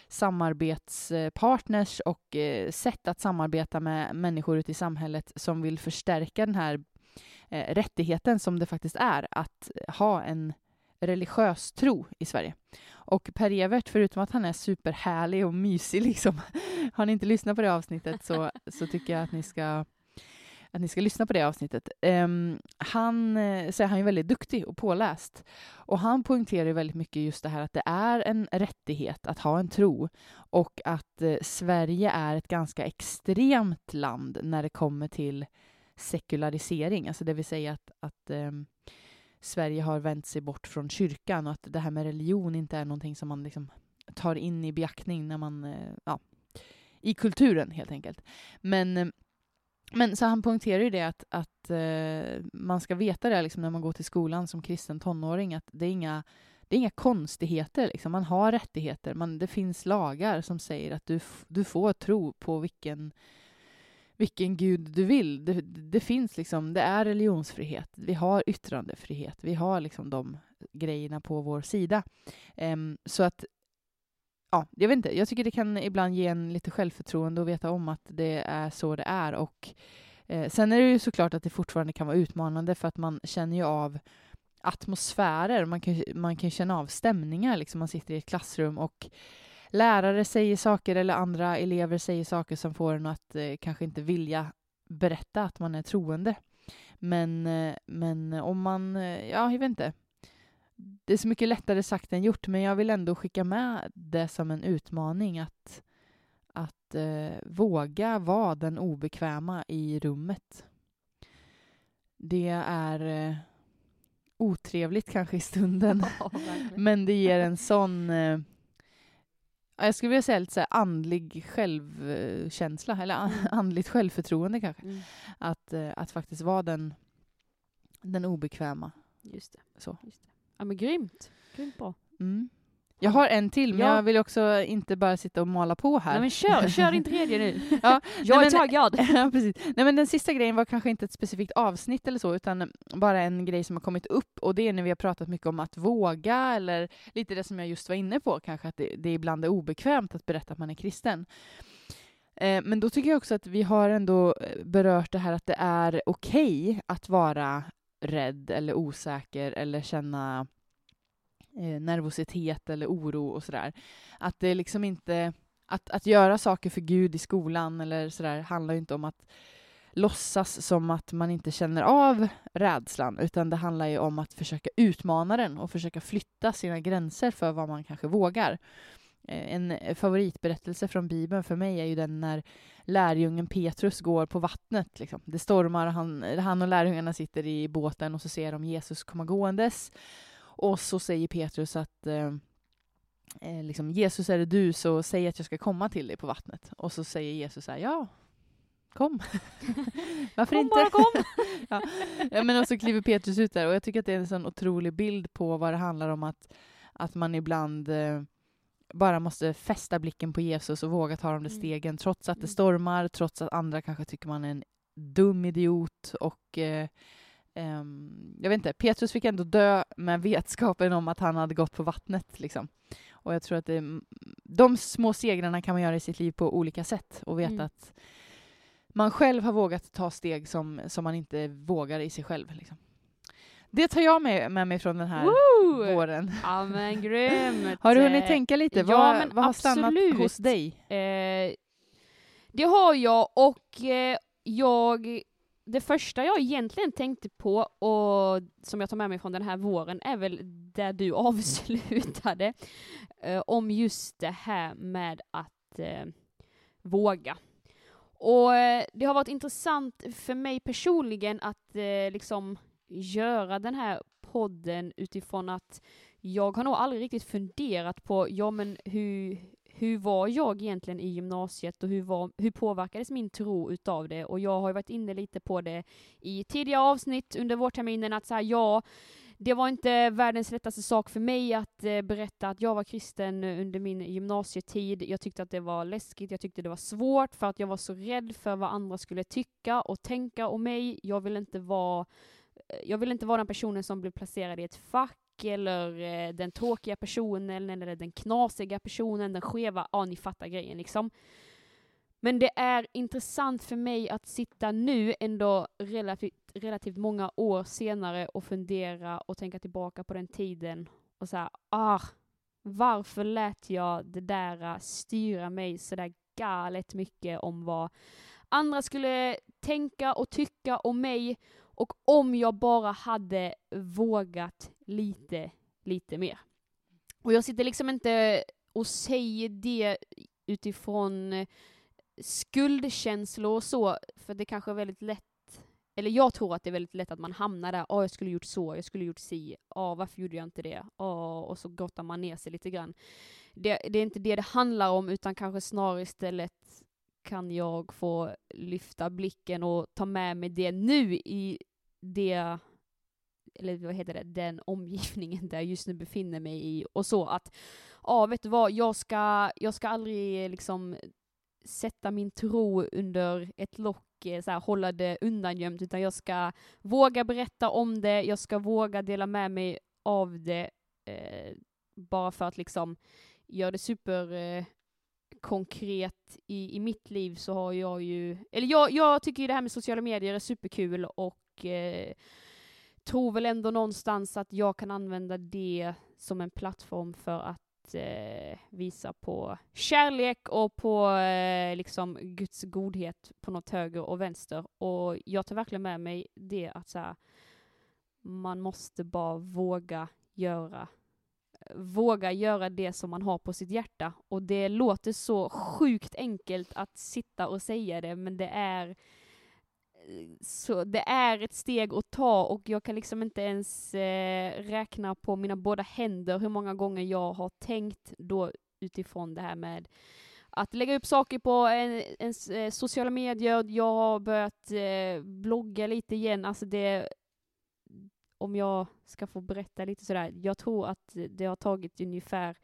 samarbetspartners och eh, sätt att samarbeta med människor ute i samhället som vill förstärka den här eh, rättigheten som det faktiskt är att ha en religiös tro i Sverige. Och Per Evert, förutom att han är superhärlig och mysig, liksom, har ni inte lyssnat på det avsnittet så, så tycker jag att ni ska att ni ska lyssna på det avsnittet. Um, han, så är han ju väldigt duktig och påläst. Och han poängterar ju väldigt mycket just det här att det är en rättighet att ha en tro. Och att eh, Sverige är ett ganska extremt land när det kommer till sekularisering. Alltså det vill säga att, att um, Sverige har vänt sig bort från kyrkan och att det här med religion inte är någonting som man liksom tar in i beaktning när man, eh, ja, i kulturen helt enkelt. Men Men så han poängterar ju det att, att uh, man ska veta det liksom, när man går till skolan som kristen tonåring, att det är inga, det är inga konstigheter. Liksom. Man har rättigheter. Man, det finns lagar som säger att du, du får tro på vilken, vilken gud du vill. Det, det finns liksom, det är religionsfrihet. Vi har yttrandefrihet. Vi har liksom de grejerna på vår sida. Um, så att Ja, jag vet inte. Jag tycker det kan ibland ge en lite självförtroende och veta om att det är så det är. Och eh, sen är det ju såklart att det fortfarande kan vara utmanande för att man känner ju av atmosfärer. Man kan, man kan känna av stämningar. Liksom man sitter i ett klassrum och lärare säger saker eller andra elever säger saker som får en att eh, kanske inte vilja berätta att man är troende. Men, eh, men om man, eh, ja, jag vet inte. Det är så mycket lättare sagt än gjort, men jag vill ändå skicka med det som en utmaning att, att eh, våga vara den obekväma i rummet. Det är eh, otrevligt kanske i stunden, ja, men det ger en sån, eh, jag skulle vilja säga lite så här andlig självkänsla, eller an- andligt självförtroende kanske. Mm. Att, eh, att faktiskt vara den, den obekväma. Just det. Så. Just det. Ja, men grymt. Grymt bra. Mm. Jag har en till, men ja. jag vill också inte bara sitta och mala på här. Nej, men kör, kör din tredje nu. Ja, jag nej, är taggad. Ja, precis. Nej, men den sista grejen var kanske inte ett specifikt avsnitt eller så, utan bara en grej som har kommit upp. Och det är när vi har pratat mycket om att våga, eller lite det som jag just var inne på, kanske att det, det ibland är obekvämt att berätta att man är kristen. Eh, men då tycker jag också att vi har ändå berört det här att det är okej att vara rädd eller osäker eller känna eh, nervositet eller oro och sådär. Att det liksom inte, att, att göra saker för Gud i skolan eller sådär handlar ju inte om att låtsas som att man inte känner av rädslan, utan det handlar ju om att försöka utmana den och försöka flytta sina gränser för vad man kanske vågar. en favoritberättelse från Bibeln för mig är ju den när lärjungen Petrus går på vattnet. Liksom. Det stormar, han, han och lärjungarna sitter i båten och så ser de Jesus komma gåendes. Och så säger Petrus att eh, liksom, Jesus, är det du, så säg att jag ska komma till dig på vattnet. Och så säger Jesus så här, ja, kom. Varför kom inte? Bara kom. ja. ja, men och så kliver Petrus ut där. Och jag tycker att det är en sån otrolig bild på vad det handlar om att, att man ibland eh, bara måste fästa blicken på Jesus och våga ta de där stegen mm. trots att det stormar, trots att andra kanske tycker man är en dum idiot. Och eh, eh, jag vet inte, Petrus fick ändå dö med vetskapen om att han hade gått på vattnet. Liksom. Och jag tror att det, de små segrarna kan man göra i sitt liv på olika sätt och veta mm. att man själv har vågat ta steg som, som man inte vågar i sig själv. Liksom. Det tar jag med, med mig från den här Woo! våren. Ja, men grymt. Har du hunnit tänka lite? Ja, vad, men vad har absolut. stannat hos dig? Eh, det har jag och eh, jag... Det första jag egentligen tänkte på och som jag tar med mig från den här våren är väl där du avslutade eh, om just det här med att eh, våga. Och eh, det har varit intressant för mig personligen att eh, liksom göra den här podden utifrån att jag har nog aldrig riktigt funderat på ja men hur, hur var jag egentligen i gymnasiet och hur, var, hur påverkades min tro utav det, och jag har ju varit inne lite på det i tidigare avsnitt under vårterminen att så här, ja, det var inte världens lättaste sak för mig att eh, berätta att jag var kristen under min gymnasietid. Jag tyckte att det var läskigt, jag tyckte det var svårt för att jag var så rädd för vad andra skulle tycka och tänka om mig. Jag vill inte vara Jag vill inte vara den personen som blir placerad i ett fack eller eh, den tråkiga personen eller den knasiga personen, den skeva, ja ni fattar grejen liksom. Men det är intressant för mig att sitta nu ändå relativt, relativt många år senare och fundera och tänka tillbaka på den tiden och säga, ah, varför lät jag det där styra mig så där galet mycket om vad andra skulle tänka och tycka om mig. Och om jag bara hade vågat lite, lite mer. Och jag sitter liksom inte och säger det utifrån skuldkänslor och så. För det kanske är väldigt lätt, eller jag tror att det är väldigt lätt att man hamnar där. Ja, oh, jag skulle gjort så, jag skulle gjort si. Ja, oh, varför gjorde jag inte det? Oh, och så grottar man ner sig lite grann. Det, det är inte det det handlar om, utan kanske snarare istället kan jag få lyfta blicken och ta med mig det nu i det, eller vad heter det, den omgivningen där jag just nu befinner mig i. Och så att, ja vet du vad, jag ska, jag ska aldrig liksom sätta min tro under ett lock, så här, hålla det undangömt, utan jag ska våga berätta om det, jag ska våga dela med mig av det, eh, bara för att liksom göra det super... Eh, konkret i, i mitt liv så har jag ju, eller jag, jag tycker ju det här med sociala medier är superkul och eh, tror väl ändå någonstans att jag kan använda det som en plattform för att eh, visa på kärlek och på eh, liksom Guds godhet på något höger och vänster, och jag tar verkligen med mig det att så här, man måste bara våga göra våga göra det som man har på sitt hjärta. Och det låter så sjukt enkelt att sitta och säga det, men det är så det är ett steg att ta, och jag kan liksom inte ens eh, räkna på mina båda händer hur många gånger jag har tänkt då utifrån det här med att lägga upp saker på en, en, en sociala medier. Jag har börjat eh, blogga lite igen. Alltså det, om jag ska få berätta lite sådär, jag tror att det har tagit ungefär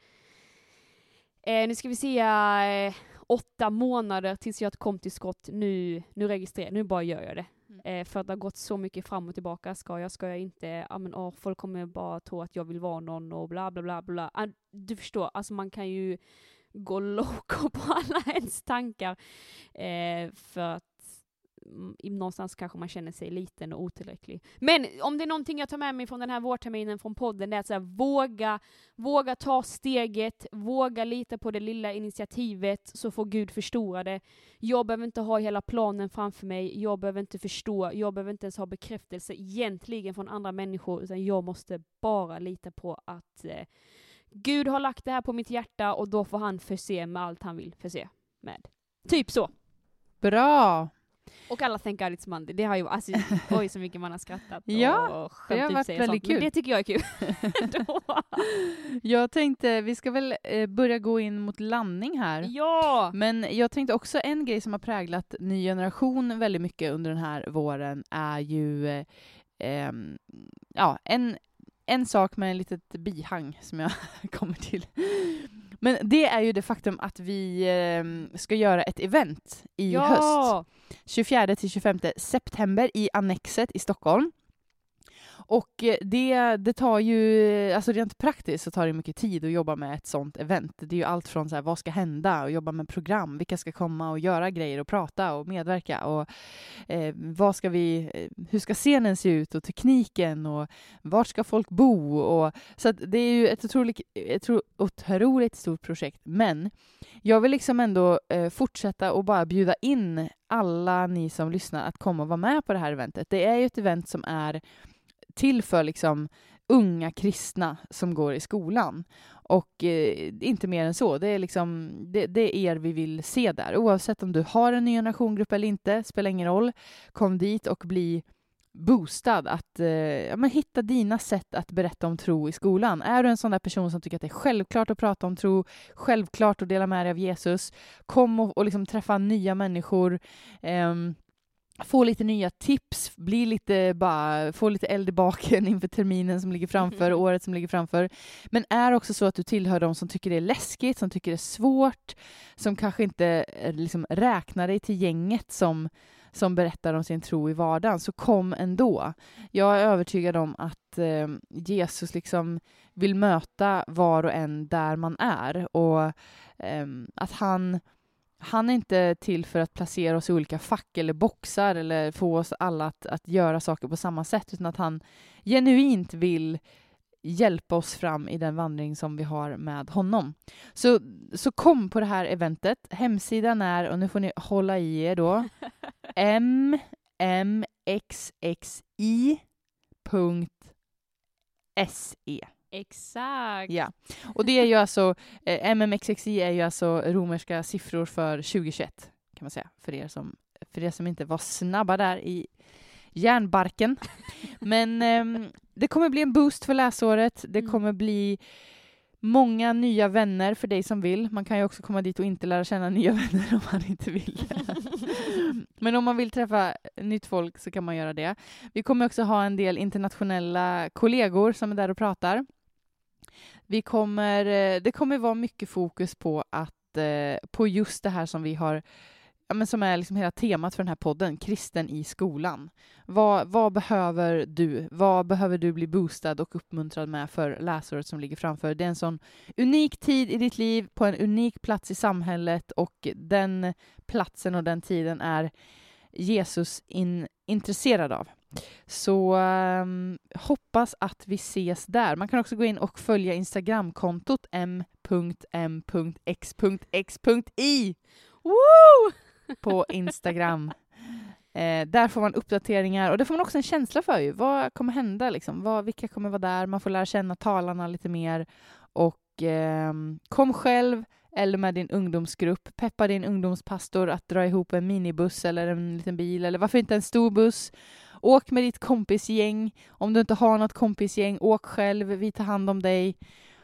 eh, nu ska vi se eh, åtta månader tills jag kom till skott. Nu, nu registrerar nu bara gör jag det. Mm. Eh, för att det har gått så mycket fram och tillbaka. Ska jag, ska jag inte, ja men åh, folk kommer bara tro att jag vill vara någon och bla bla bla bla. Ah, du förstår, alltså man kan ju gå loco på alla ens tankar eh, för att någonstans kanske man känner sig liten och otillräcklig. Men om det är någonting jag tar med mig från den här vårterminen från podden, det är att så här, våga, våga ta steget, våga lita på det lilla initiativet, så får Gud förstora det. Jag behöver inte ha hela planen framför mig, jag behöver inte förstå, jag behöver inte ens ha bekräftelse egentligen från andra människor, utan jag måste bara lita på att eh, Gud har lagt det här på mitt hjärta och då får han förse med allt han vill förse med. Typ så. Bra! Och alla Thank God It's Monday. Det har ju, alltså, oj så mycket man har skrattat. Ja, och det har varit väldigt sånt. kul. Men det tycker jag är kul. Jag tänkte, vi ska väl eh, börja gå in mot landning här. Ja! Men jag tänkte också en grej som har präglat ny generation väldigt mycket under den här våren är ju eh, eh, ja, en, en sak med en litet bihang som jag kommer till. Men det är ju det faktum att vi eh, ska göra ett event i ja! höst. tjugofjärde till tjugofemte september i Annexet i Stockholm. Och det, det tar ju, alltså rent praktiskt så tar det mycket tid att jobba med ett sånt event. Det är ju allt från så här, vad ska hända och jobba med program, vilka ska komma och göra grejer och prata och medverka och eh, vad ska vi, hur ska scenen se ut och tekniken och vart ska folk bo och så att det är ju ett otroligt, ett otroligt stort projekt. Men jag vill liksom ändå eh, fortsätta och bara bjuda in alla ni som lyssnar att komma och vara med på det här eventet. Det är ju ett event som är till för liksom unga kristna som går i skolan. Och eh, inte mer än så. Det är, liksom, det, det är er vi vill se där. Oavsett om du har en ny generationgrupp eller inte, spelar ingen roll. Kom dit och bli boostad. Att eh, ja, men hitta dina sätt att berätta om tro i skolan. Är du en sån där person som tycker att det är självklart att prata om tro, självklart att dela med dig av Jesus, kom och, och liksom träffa nya människor. Ehm, Få lite nya tips, bli lite bara, få lite eld i baken inför terminen som ligger framför, mm. året som ligger framför. Men är också så att du tillhör de som tycker det är läskigt, som tycker det är svårt, som kanske inte liksom räknar dig till gänget som, som berättar om sin tro i vardagen, så kom ändå. Jag är övertygad om att eh, Jesus liksom vill möta var och en där man är och eh, att han Han är inte till för att placera oss i olika fack eller boxar eller få oss alla att, att göra saker på samma sätt, utan att han genuint vill hjälpa oss fram i den vandring som vi har med honom. Så, så kom på det här eventet. Hemsidan är, och nu får ni hålla i er då, m m x x i punkt s e. Exakt. Ja. Och det är ju alltså eh, M M X X I är ju alltså romerska siffror för tjugohundratjugoett kan man säga, för er som för er som inte var snabba där i järnbarken. Men eh, det kommer bli en boost för läsåret. Det kommer bli många nya vänner för dig som vill. Man kan ju också komma dit och inte lära känna nya vänner om man inte vill. Men om man vill träffa nytt folk så kan man göra det. Vi kommer också ha en del internationella kollegor som är där och pratar. Vi kommer, det kommer vara mycket fokus på att på just det här som vi har, ja, men som är liksom hela temat för den här podden, kristen i skolan. Vad, vad behöver du? Vad behöver du bli boostad och uppmuntrad med för läsåret som ligger framför? Det är en sån unik tid i ditt liv på en unik plats i samhället, och den platsen och den tiden är Jesus in, intresserad av. Så um, hoppas att vi ses där. Man kan också gå in och följa Instagramkontot m punkt m punkt x punkt x punkt i Woo! på Instagram. Eh, där får man uppdateringar, och det får man också en känsla för ju. Vad kommer hända liksom? Vad, vilka kommer vara där? Man får lära känna talarna lite mer. Och eh, kom själv eller med din ungdomsgrupp. Peppa din ungdomspastor att dra ihop en minibuss eller en liten bil, eller varför inte en stor buss. Åk med ditt kompisgäng. Om du inte har något kompisgäng, åk själv. Vi tar hand om dig.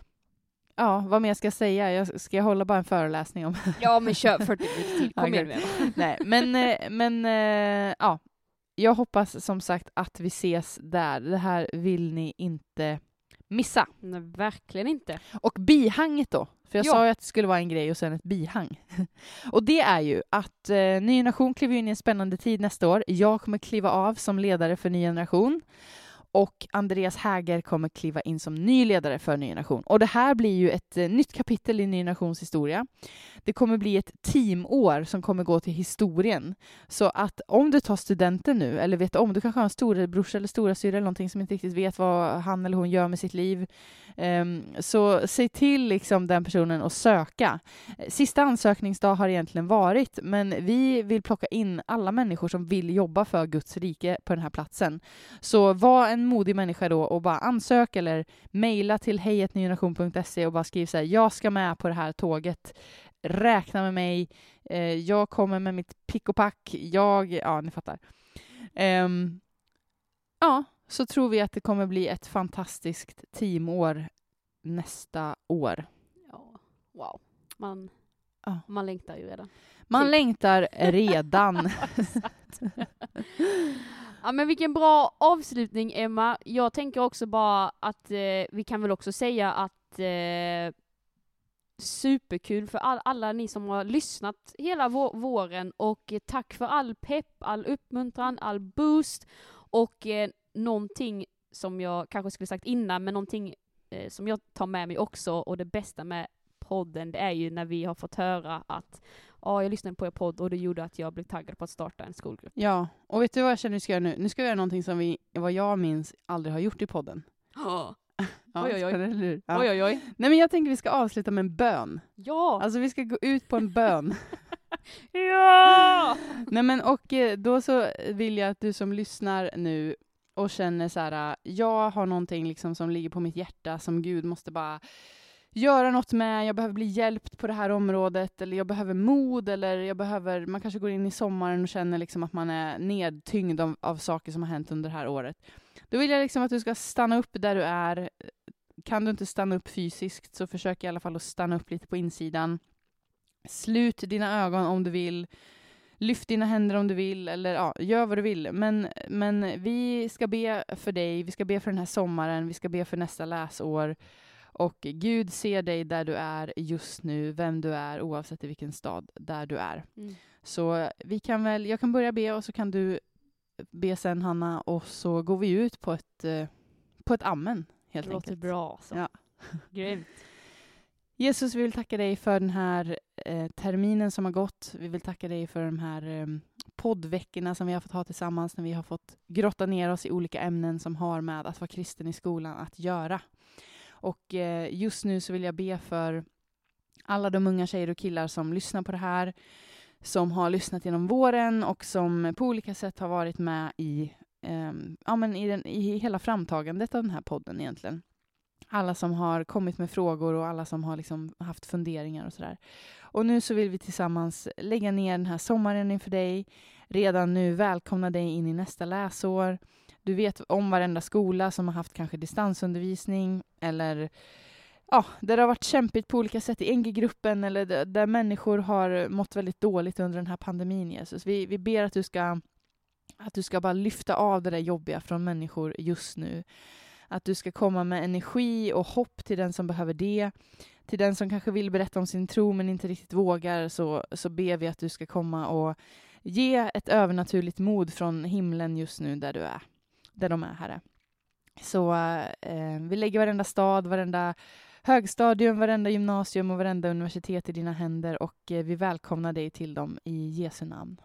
Ja, vad mer ska jag säga? Jag ska jag hålla bara en föreläsning om. Ja, men kör fyrtio minuter till. Kom igen med. Nej, men, men ja, jag hoppas som sagt att vi ses där. Det här vill ni inte missa. Nej, verkligen inte. Och bihanget då. För jag ja. sa ju att det skulle vara en grej och sen ett bihang. Och det är ju att eh, Ny Generation kliver in i en spännande tid nästa år. Jag kommer kliva av som ledare för Ny Generation. Och Andreas Häger kommer kliva in som ny ledare för Ny Generation. Och det här blir ju ett eh, nytt kapitel i Ny Generations historia. Det kommer bli ett teamår som kommer gå till historien. Så att om du tar studenten nu, eller vet om, du kanske har en storebrors eller stora syra eller någonting som inte riktigt vet vad han eller hon gör med sitt liv. Um, så säg till liksom den personen att söka. Sista ansökningsdag har egentligen varit, men vi vill plocka in alla människor som vill jobba för Guds rike på den här platsen. Så var en en modig människa då och bara ansök eller mejla till hej at nygeneration punkt se och bara skriv så här: jag ska med på det här tåget. Räkna med mig. Eh, jag kommer med mitt pick och pack. Jag, ja, ni fattar. Um, ja, så tror vi att det kommer bli ett fantastiskt teamår nästa år. Ja, wow. Man, ja. man längtar ju redan. Man typ. längtar redan. Ja, men vilken bra avslutning, Emma. Jag tänker också bara att eh, vi kan väl också säga att eh, superkul för all, alla ni som har lyssnat hela vå- våren och eh, tack för all pepp, all uppmuntran, all boost och eh, någonting som jag kanske skulle sagt innan, men någonting eh, som jag tar med mig också, och det bästa med podden, det är ju när vi har fått höra att ja, jag lyssnade på er podd och det gjorde att jag blev taggad på att starta en skolgrupp. Ja, och vet du vad jag känner vi ska göra nu? Nu ska vi göra någonting som vi, vad jag minns, aldrig har gjort i podden. Oh. Ja, oj, oj, oj. det, ja. oj, oj, oj. Nej, men jag tänker vi ska avsluta med en bön. Ja! Alltså vi ska gå ut på en bön. Ja! Nej, men och då så vill jag att du som lyssnar nu och känner så här: jag har någonting liksom som ligger på mitt hjärta som Gud måste bara göra något med, jag behöver bli hjälpt på det här området, eller jag behöver mod, eller jag behöver, man kanske går in i sommaren och känner liksom att man är nedtyngd av, av saker som har hänt under det här året. Då vill jag liksom att du ska stanna upp där du är. Kan du inte stanna upp fysiskt, så försök i alla fall att stanna upp lite på insidan. Slut dina ögon om du vill. Lyft dina händer om du vill, eller ja, gör vad du vill. Men, men vi ska be för dig, vi ska be för den här sommaren, vi ska be för nästa läsår. Och Gud ser dig där du är just nu, vem du är, oavsett i vilken stad där du är. Mm. Så vi kan väl, jag kan börja be och så kan du be sen, Hanna, och så går vi ut på ett, på ett amen, helt det enkelt. Det låter bra. Så. Ja. Grymt. Jesus, vi vill tacka dig för den här eh, terminen som har gått. Vi vill tacka dig för de här eh, poddveckorna som vi har fått ha tillsammans, när vi har fått grotta ner oss i olika ämnen som har med att vara kristen i skolan att göra. Och eh, just nu så vill jag be för alla de unga tjejer och killar som lyssnar på det här, som har lyssnat genom våren och som på olika sätt har varit med i, eh, ja, men i, den, i hela framtagandet av den här podden egentligen. Alla som har kommit med frågor och alla som har liksom haft funderingar och sådär. Och nu så vill vi tillsammans lägga ner den här sommaren inför dig. Redan nu välkomna dig in i nästa läsår. Du vet om varenda skola som har haft kanske distansundervisning, eller ja, där det har varit kämpigt på olika sätt i N G-gruppen, eller där, där människor har mått väldigt dåligt under den här pandemin, Jesus. Vi, vi ber att du ska att du ska bara lyfta av det där jobbiga från människor just nu. Att du ska komma med energi och hopp till den som behöver det. Till den som kanske vill berätta om sin tro men inte riktigt vågar, så, så ber vi att du ska komma och ge ett övernaturligt mod från himlen just nu där du är. Där de är, Herre. Så eh, vi lägger varenda stad, varenda högstadium, varenda gymnasium och varenda universitet i dina händer, och eh, vi välkomnar dig till dem i Jesu namn.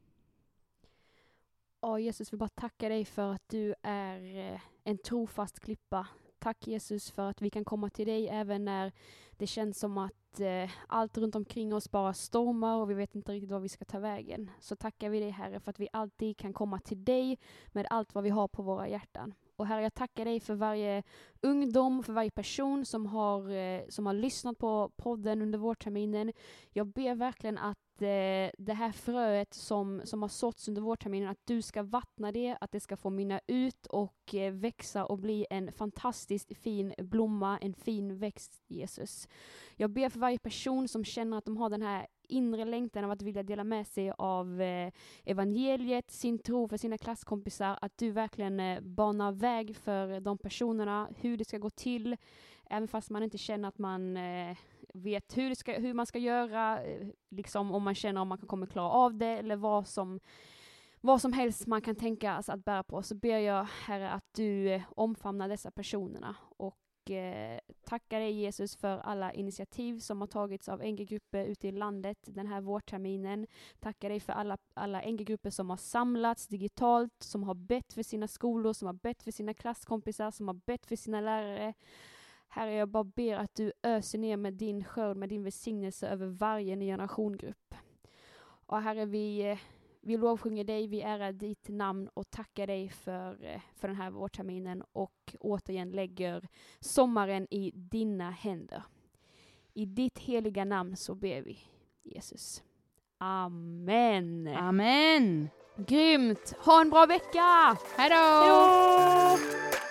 Ja, Jesus, vi bara tackar dig för att du är en trofast klippa. Tack Jesus för att vi kan komma till dig även när det känns som att eh, allt runt omkring oss bara stormar och vi vet inte riktigt var vi ska ta vägen. Så tackar vi dig, Herre, för att vi alltid kan komma till dig med allt vad vi har på våra hjärtan. Och Herre, jag tackar dig för varje ungdom, för varje person som har, eh, som har lyssnat på podden under vårterminen. Jag ber verkligen att eh, det här fröet som, som har såtts under vårterminen, att du ska vattna det, att det ska få mynna ut och eh, växa och bli en fantastiskt fin blomma, en fin växt, Jesus. Jag ber för varje person som känner att de har den här inre längtan av att vilja dela med sig av eh, evangeliet, sin tro för sina klasskompisar, att du verkligen eh, banar väg för de personerna, hur det ska gå till, även fast man inte känner att man eh, vet hur, det ska, hur man ska göra, eh, liksom om man känner om man kan kommer klara av det, eller vad som vad som helst man kan tänka alltså, att bära på, så ber jag, Herre, att du eh, omfamnar dessa personerna. Och Eh, tackar dig, Jesus, för alla initiativ som har tagits av N G-grupper ute i landet den här vårterminen. Tackar dig för alla, alla N G-grupper som har samlats digitalt, som har bett för sina skolor, som har bett för sina klasskompisar, som har bett för sina lärare. Herre, jag bara ber att du öser ner med din skörd, med din välsignelse över varje ny generationgrupp. Och Herre, vi, Vi lovsjunger dig, vi ärar ditt namn och tackar dig för, för den här vårterminen och återigen lägger sommaren i dina händer. I ditt heliga namn så ber vi, Jesus. Amen. Amen. Grymt. Ha en bra vecka. Hej då. Hej då.